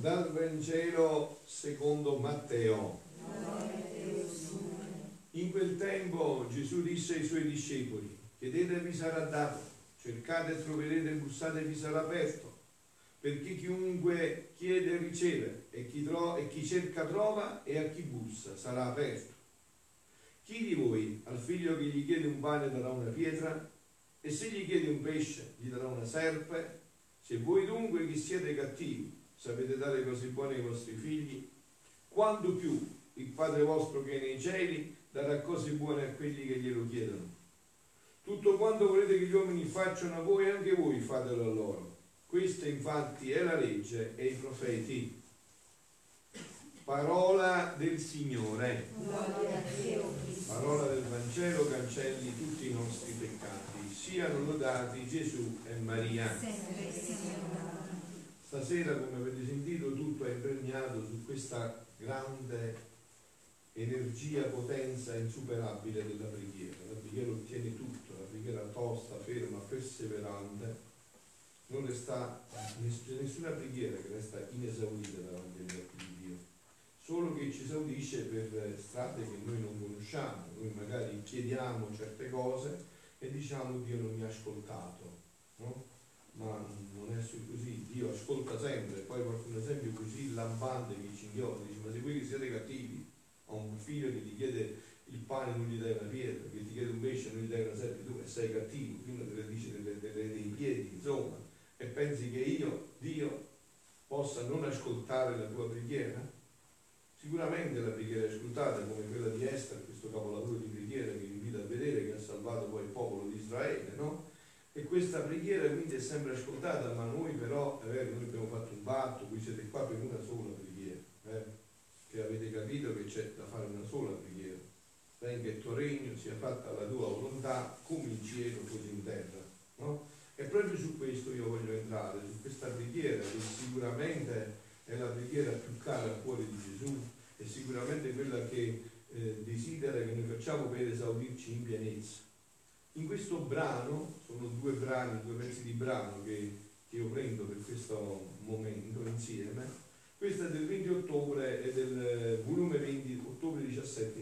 Dal Vangelo secondo Matteo. In quel tempo Gesù disse ai suoi discepoli: chiedete e vi sarà dato, cercate e troverete, bussate e vi sarà aperto, perché chiunque chiede riceve, e chi cerca trova, e a chi bussa sarà aperto. Chi di voi al figlio che gli chiede un pane darà una pietra? E se gli chiede un pesce gli darà una serpe? Se voi dunque, che siete cattivi, sapete dare cose buone ai vostri figli, quanto più il Padre vostro che è nei cieli darà cose buone a quelli che glielo chiedono. Tutto quanto volete che gli uomini facciano a voi, anche voi fatelo a loro. Questa infatti è la legge e i profeti. Parola del Signore. Parola del Vangelo cancelli tutti i nostri peccati. Siano lodati Gesù e Maria. Stasera, come avete sentito, tutto è impregnato su questa grande energia, potenza insuperabile della preghiera. La preghiera ottiene tutto, la preghiera tosta, ferma, perseverante. Non resta nessuna preghiera che resta inesaurita davanti agli occhi di Dio, solo che ci esaudisce per strade che noi non conosciamo. Noi magari chiediamo certe cose e diciamo: Dio non mi ha ascoltato, no? Ma non è così, Dio ascolta sempre. Poi qualche esempio così lampante che ci inghiotta, dice: ma se voi che siete cattivi, a un figlio che ti chiede il pane non gli dai una pietra, che ti chiede un pesce non gli dai una serpe, tu sei cattivo, prima te le dice dei piedi, insomma, e pensi che Dio possa non ascoltare la tua preghiera? Sicuramente la preghiera è ascoltata, come quella di Esther, questo capolavoro di preghiera che vi invito a vedere, che ha salvato poi il popolo di Israele, no? E questa preghiera quindi è sempre ascoltata, ma noi però, è vero, noi abbiamo fatto un patto, voi siete qua per una sola preghiera, che avete capito che c'è da fare una sola preghiera. Venga il tuo regno, sia fatta la tua volontà, come in cielo così in terra, no? E proprio su questo io voglio entrare, su questa preghiera, che sicuramente è la preghiera più cara al cuore di Gesù, è sicuramente quella che desidera che noi facciamo per esaudirci in pienezza. In questo brano, sono due pezzi di brano che io prendo per questo momento insieme. Questo è del 20 ottobre e del volume 20, ottobre 17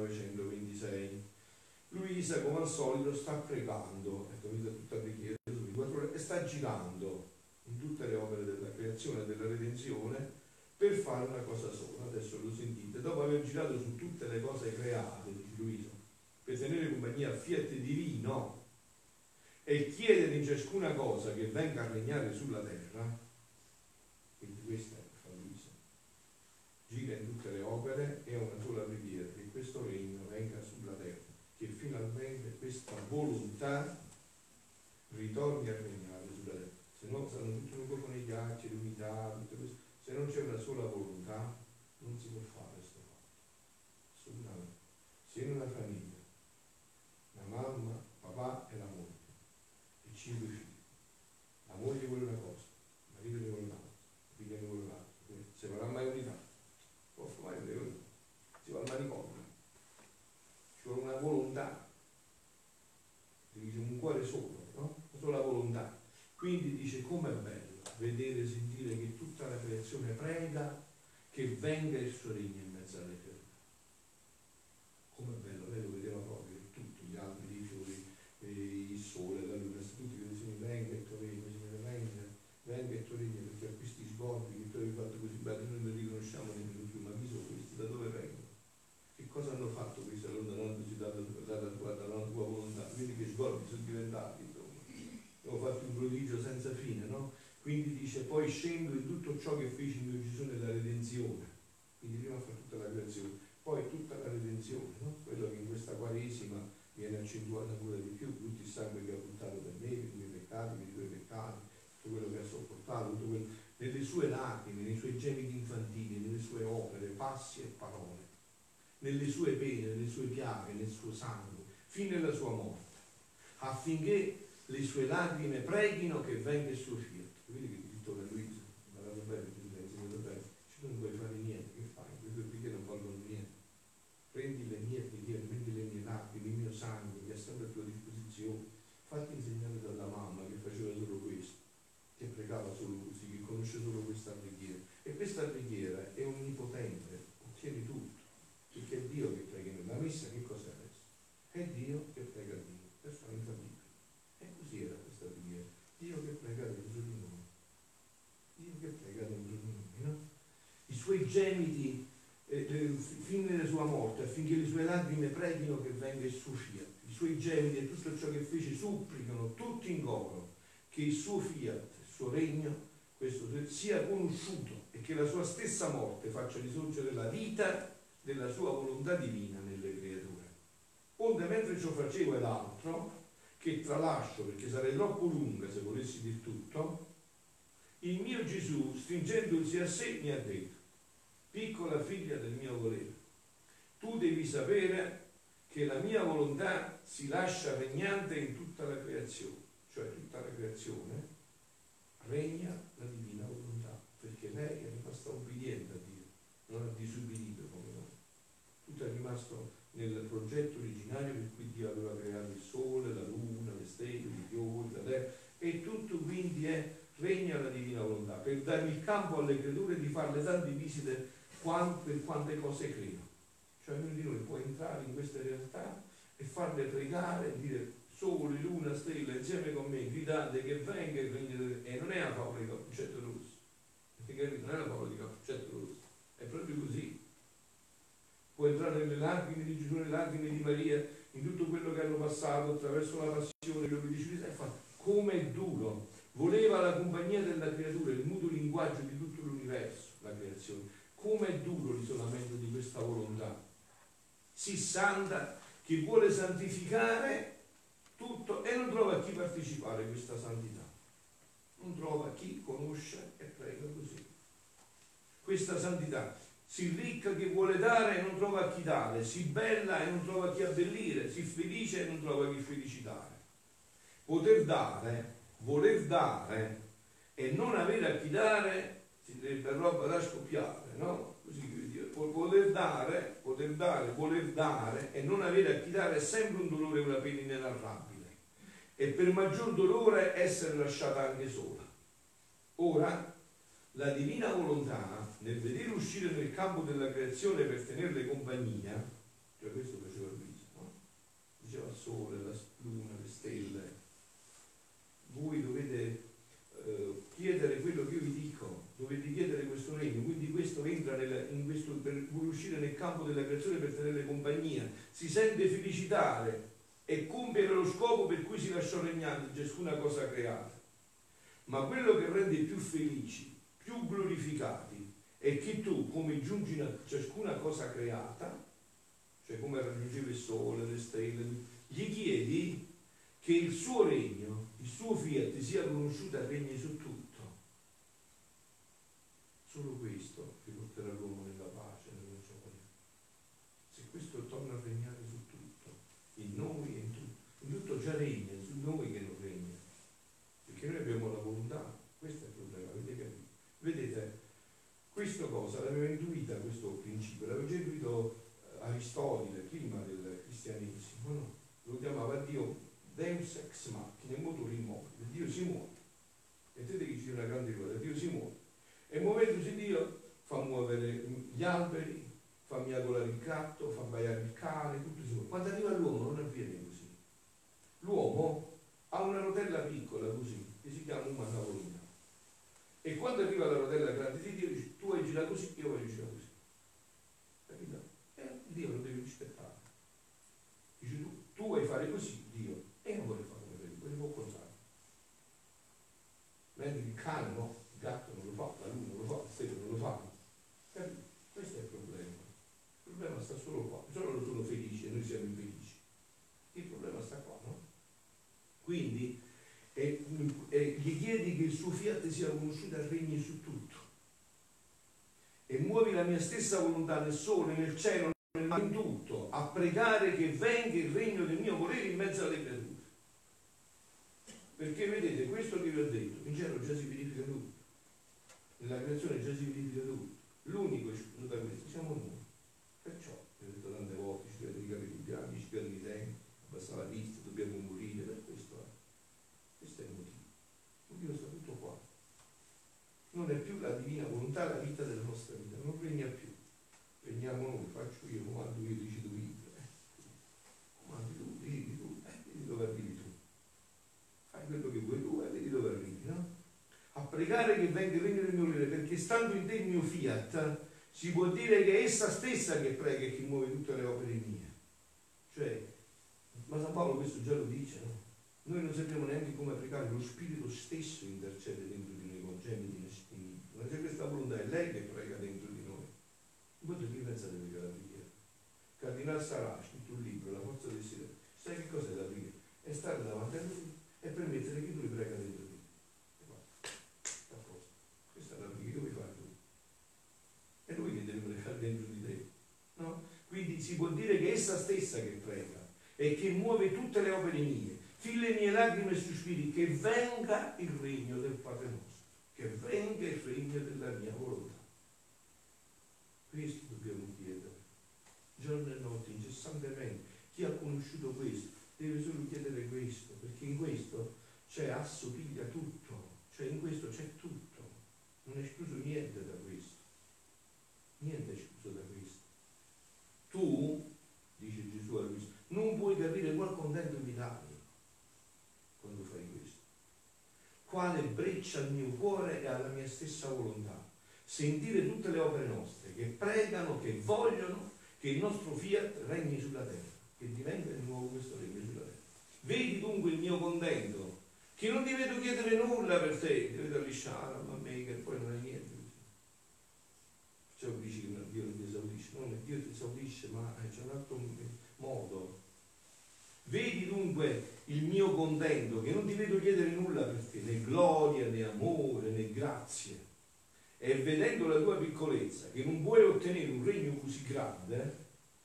1926. Luisa, come al solito, sta pregando, tutta preghiera, e sta girando in tutte le opere della creazione e della redenzione per fare una cosa sola. Adesso lo sentite: dopo aver girato su tutte le cose create, dice Luisa, per tenere compagnia al fiat divino e chiedere in ciascuna cosa che venga a regnare sulla terra, quindi questa è fa Luisa, gira in tutte le opere e ha una sola preghiera: che questo regno venga sulla terra, che finalmente questa volontà ritorni a regnare sulla terra. Se no saranno tutti un po' con i ghiacci, l'unità, tutto questo. Se non c'è una sola volontà non si può fare questo fatto, assolutamente. Se in una famiglia la mamma, papà e la moglie e 5 figli, la moglie vuole una cosa, il marito ne vuole un'altra, la figlia ne vuole un'altra, se non ha mai unità, può mai vedere unità, si va al manicomio, ci vuole una volontà, dice un cuore solo, no? Una sola volontà. Quindi dice: com'è bello vedere, sentire che tutta la creazione prega che venga il suo regno in mezzo alle creature. Com'è bello, lei lo vedeva proprio, tutti gli alberi, i fiori, il sole, la luna, tutti che dicevano: venga il tuo regno, Signore, venga il tuo regno, perché a questi sgorbi che tu hai fatto così belli noi non li riconosciamo nemmeno più, ma chi sono questi? Da dove vengono? Che cosa hanno fatto questi allontanandosi dalla tua volontà? Vedi che sgorbi sono diventati, insomma. Abbiamo fatto un prodigio senza fine, no? Quindi dice: poi scendo in tutto ciò che feci in mio Gesù nella redenzione. Quindi prima fa tutta la creazione, poi tutta la redenzione, no? Quello che in questa Quaresima viene accentuato ancora di più, tutto il sangue che ha buttato per me, per i miei peccati, per i tuoi peccati, tutto quello che ha sopportato, tutto quello, nelle sue lacrime, nei suoi gemiti infantili, nelle sue opere, passi e parole, nelle sue pene, nelle sue piaghe, nel suo sangue, fino alla sua morte, affinché le sue lacrime preghino che venga il suo fiat. Vedi che dittore Luisa, parlato bene, tu mi hai insegnato bene, tu non puoi fare niente, che fai? Le tue preghiere non valgono niente. Prendi le mie preghiere, prendi le mie lacrime, il mio sangue che è sempre a tua disposizione. Fatti insegnare dalla mamma che faceva solo questo, che pregava solo così, che conosce solo questa preghiera. E questa preghiera è onnipotente, ottieni tutto, perché è Dio che prega in noi. La messa che cos'è adesso? È Dio che prega a Dio, questo è infallibile. E così era questa preghiera, Dio che prega dentro di noi, Dio che prega dentro di noi, no? I suoi gemiti fino alla sua morte, affinché le sue lacrime preghino che venga il suo fiat. I suoi gemiti e tutto ciò che fece supplicano tutti in coro che il suo fiat, il suo regno, questo sia conosciuto e che la sua stessa morte faccia risorgere la vita della sua volontà divina nelle creature. Onde mentre ciò facevo ed altro, che tralascio perché sarei troppo lunga se volessi dir tutto, il mio Gesù, stringendosi a sé, mi ha detto: piccola figlia del mio volere, tu devi sapere che la mia volontà si lascia regnante in tutta la creazione, cioè tutta la creazione regna la divina volontà, perché lei è rimasta obbediente a Dio, non ha disubbidito come noi. Tutto è rimasto nel progetto originario per cui Dio aveva creato il sole, la luna, le stelle, i fiori, la terra, e tutto quindi regna la divina volontà, per dare il campo alle creature di farle tanti visite per quante cose crea. Cioè ognuno di noi può entrare in queste realtà e farle pregare, dire sole, luna, stella, insieme con me, gridate che venga il regno di Dio. E non è la favola di Cappuccetto Rosso, perché non è la favola di Cappuccetto Rosso, è proprio così. Può entrare nelle lacrime di Gesù, nelle lacrime di Maria, in tutto quello che hanno passato attraverso la passione, quello che dice Gesù, come è duro. Voleva la compagnia della creatura, il muto linguaggio di tutto l'universo, la creazione. Come è duro l'isolamento di questa volontà, sì santa, che vuole santificare tutto e non trova a chi partecipare a questa santità, non trova chi conosce e prega così. Questa santità si ricca che vuole dare e non trova a chi dare, si bella e non trova a chi abbellire, si felice e non trova a chi felicitare. Poter dare, voler dare e non avere a chi dare sarebbe roba da scoppiare, no? Così poter dare, voler dare e non avere a chi dare è sempre un dolore e una pena inenarrabile, e per maggior dolore essere lasciata anche sola. Ora la divina volontà, nel vedere uscire nel campo della creazione per tenerle compagnia, cioè questo faceva Luisa, no? Diceva il sole, la luna, le stelle, voi dovete chiedere quello che io vi dico, dovete chiedere questo regno, quindi questo entra per uscire nel campo della creazione per tenerle compagnia, si sente felicitare e compiere lo scopo per cui si lasciò regnare ciascuna cosa creata. Ma quello che rende più felici, più glorificati, è che tu, come giungi a ciascuna cosa creata, cioè come raggiungevi il sole, le stelle, gli chiedi che il suo regno, il suo fiat sia conosciuto e regni su tutto. Solo questo riporterà l'uomo nella pace, nella gioia. Se questo torna a regnare su tutto, in noi e in tutto già regna, è su noi che non regna, perché noi abbiamo la volontà, questo è il problema, avete capito? Vedete, questa cosa l'aveva intuita, questo principio, l'aveva già intuito Aristotele prima del cristianesimo, no? Lo chiamava Dio Deus ex machina, il motore immobile, Dio si muove. Vedete che c'è una grande cosa, Dio si muove. E muovendosi Dio fa muovere gli alberi, fa miagolare il gatto, fa abbaiare il cane, tutto si muove. Quando arriva l'uomo non avviene così. L'uomo ha una rotella piccola così, che si chiama una cavolina. E quando arriva la rotella grande di Dio dice: tu vai girare così, io voglio girare così. Capito? Dio lo deve rispettare. Dice tu vuoi fare così, Dio, e io non voglio fare come vedi, voglio contrario. Mentre il cane no, il gatto non lo fa, la luna non lo fa, la stella non lo fa. Capito? Questo è il problema. Il problema sta solo qua. Solo loro sono felici e noi siamo infelici. Il problema sta qua, no? Quindi gli chiedi che il suo fiat sia conosciuto e regni su tutto. E muovi la mia stessa volontà nel sole, nel cielo, in tutto, a pregare che venga il regno del mio volere in mezzo alle creature. Perché vedete, questo che vi ho detto, in cielo già si verifica tutto, nella creazione già si verifica tutto. L'unico escluso da questo siamo noi. Perciò, vi ho detto tante volte, ci dovete i capelli bianchi, ci perdono i tempi, abbassa la vista, dobbiamo morire, per questo è. Questo è il motivo. Il motivo sta tutto qua. Non non è più la divina volontà, la vita della nostra vita, non regna più. Regniamo noi, faccio io, comando io, dici tu, comandi tu, dici tu, vedi dove arrivi tu. Fai quello che vuoi tu e vedi dove arrivi, no? A pregare che venga il regno del mio volere, perché stando in te il mio fiat, si può dire che è essa stessa che prega e che muove tutte le opere mie. Cioè, ma San Paolo questo già lo dice, no? Noi non sappiamo neanche come pregare, lo Spirito stesso intercede dentro di noi con gemiti inesprimibili. Ma c'è questa volontà, è lei che prega dentro di noi. Voi che pensate che è la preghiera? Cardinal Sarà ha scritto un libro, La forza del silenzio. Sai che cos'è la preghiera? È stare davanti a lui e permettere che lui prega dentro di te. E basta. Sta a posto. Questa è la preghiera che vuoi fare tu. È lui che deve pregare dentro di te. No? Quindi si può dire che è essa stessa che prega e che muove tutte le opere mie. Fille mie lacrime e sospiri, che venga il regno del Padre nostro, che venga il regno della mia volontà. Questo dobbiamo chiedere, giorno e notte, incessantemente. Chi ha conosciuto questo deve solo chiedere questo, perché in questo c'è assopiglia tutto, cioè in questo c'è tutto, non è escluso niente da questo, niente è escluso da questo. Tu, dice Gesù a lui, non puoi capire qual contento mi dai quando fai questo, quale breccia al mio cuore e alla mia stessa volontà, sentire tutte le opere nostre che pregano, che vogliono che il nostro fiat regni sulla terra, che diventa di nuovo questo regno sulla terra. Vedi dunque il mio contento, che non ti vedo chiedere nulla per te, ti vedo lisciare a me che poi non è niente. Perciò dici che Dio non ti esaudisce, non Dio ti esaudisce, ma c'è un altro modo. Vedi dunque il mio contento, che non ti vedo chiedere nulla per te, né gloria, né amore, né grazie. E vedendo la tua piccolezza, che non puoi ottenere un regno così grande,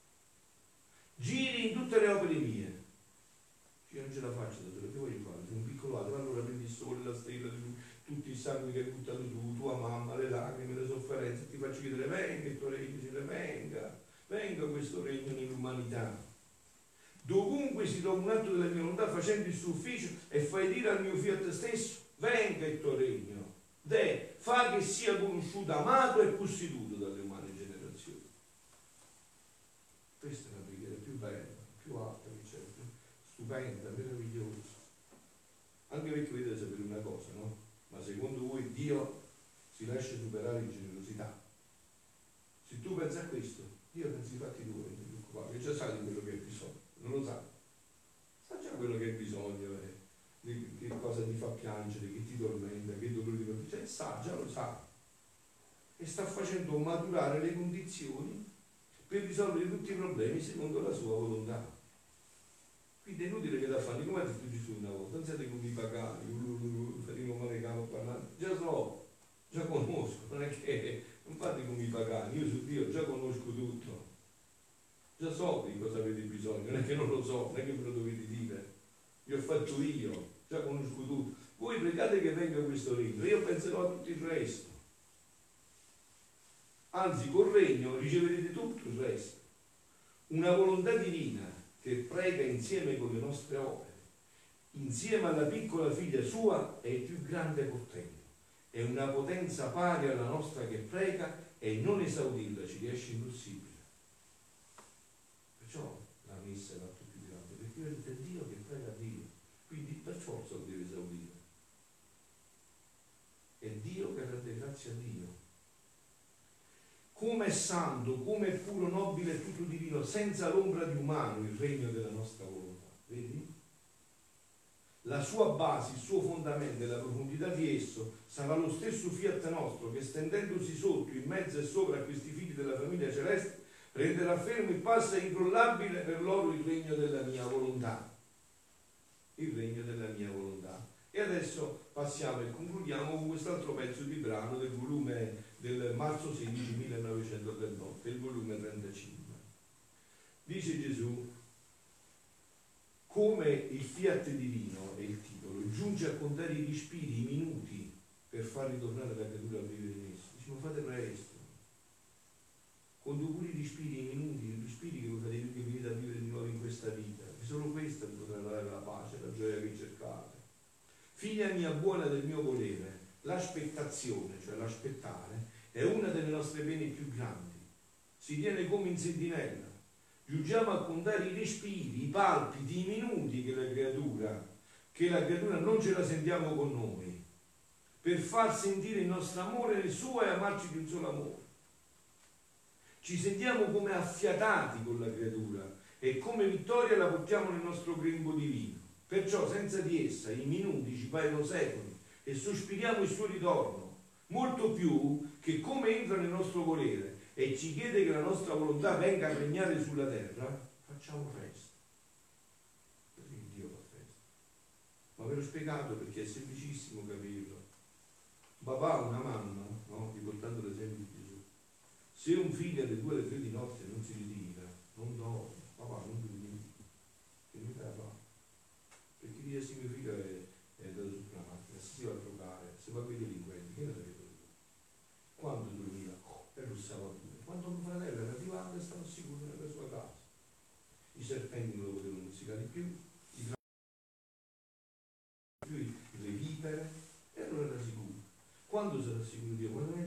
giri in tutte le opere mie. Io non ce la faccio da solo, che voglio fare? Sono un piccolo altro, allora prendi il sole, la stella, tutti i sangue che hai buttato tu, tua mamma, le lacrime, le sofferenze, ti faccio chiedere, venga il tuo regno, venga questo regno nell'umanità. Dovunque si trova un atto della mia volontà facendo il suo ufficio e fai dire al mio fiat stesso, venga il tuo regno, fa che sia conosciuto, amato e posseduto dalle umane generazioni. Questa è la preghiera più bella, più alta che c'è, più stupenda, meravigliosa. Anche perché vedete sapere una cosa, no? Ma secondo voi Dio si lascia superare in generosità? Se tu pensi a questo, Dio pensi i fatti tuoi, non ti preoccupare, che già sai di quello che hai bisogno, non lo sa già quello che hai bisogno, che cosa ti fa piangere, che ti tormenta, che dolore ti fa, cioè già lo sa, e sta facendo maturare le condizioni per risolvere tutti i problemi secondo la sua volontà. Quindi è inutile che da fanno, come ha detto Gesù una volta, non siete come i pagani, faremo male capo a parlare, già so, già conosco, non è che non fate come i pagani, io su Dio già conosco tutto, già so di cosa avete bisogno, non è che non lo so, non è che ve lo dovete dire, vi ho fatto io, già conosco tutto. Voi pregate che venga questo regno, io penserò a tutto il resto. Anzi, col regno riceverete tutto il resto. Una volontà divina che prega insieme con le nostre opere, insieme alla piccola figlia sua, è il più grande portento. È una potenza pari alla nostra che prega e non esaudirla ci riesce impossibile. Perciò la messa è l'atto più grande, perché vedete è Dio che prega a Dio, quindi per forza lo deve esaudire. È Dio che rende grazie a Dio. Come è santo, come è puro, nobile e tutto divino, senza l'ombra di umano il regno della nostra volontà. Vedi? La sua base, il suo fondamento e la profondità di esso sarà lo stesso fiat nostro che, stendendosi sotto, in mezzo e sopra a questi figli della famiglia celeste, renderà fermo il passo incrollabile per loro il regno della mia volontà. Il regno della mia volontà. E adesso passiamo e concludiamo con quest'altro pezzo di brano del volume del marzo 16 1938, il volume 35. Dice Gesù, come il fiat divino è il titolo, giunge a contare i respiri, i minuti per far ritornare la creatura a vivere in esso. Dice, ma fate presto. Conto pure i respiri, i minuti, i respiri che voi fate, che venite a vivere di nuovo in questa vita. E solo questa vi potrà dare la pace, la gioia che cercate. Figlia mia buona del mio volere, l'aspettazione, cioè l'aspettare, è una delle nostre pene più grandi. Si tiene come in sentinella. Giungiamo a contare i respiri, i palpiti, i minuti che la creatura non ce la sentiamo con noi, per far sentire il nostro amore nel suo e amarci di un solo amore. Ci sentiamo come affiatati con la creatura e come vittoria la portiamo nel nostro grembo divino. Perciò senza di essa i minuti ci paiono secoli e sospiriamo il suo ritorno, molto più che come entra nel nostro volere e ci chiede che la nostra volontà venga a regnare sulla terra, facciamo festa. Così Dio fa festa. Ma ve l'ho spiegato perché è semplicissimo capirlo. Un papà, una mamma, no? Riportando l'esempio di Gesù, se un figlio alle 2 alle 3 di notte non si ritira, non dorme, papà non dormi, che mi fa? Perché dire se mio figlio è andato su una macchina, se si va a giocare, se va con i delinquenti, che ne sapete voi? Quando dormiva? E russava pure. Quando mio fratello era arrivato e stava sicuro nella sua casa. I serpenti non lo potevano mozzicare più, le vipere, e allora era sicuro. Quando sarà sicuro Dio? Quando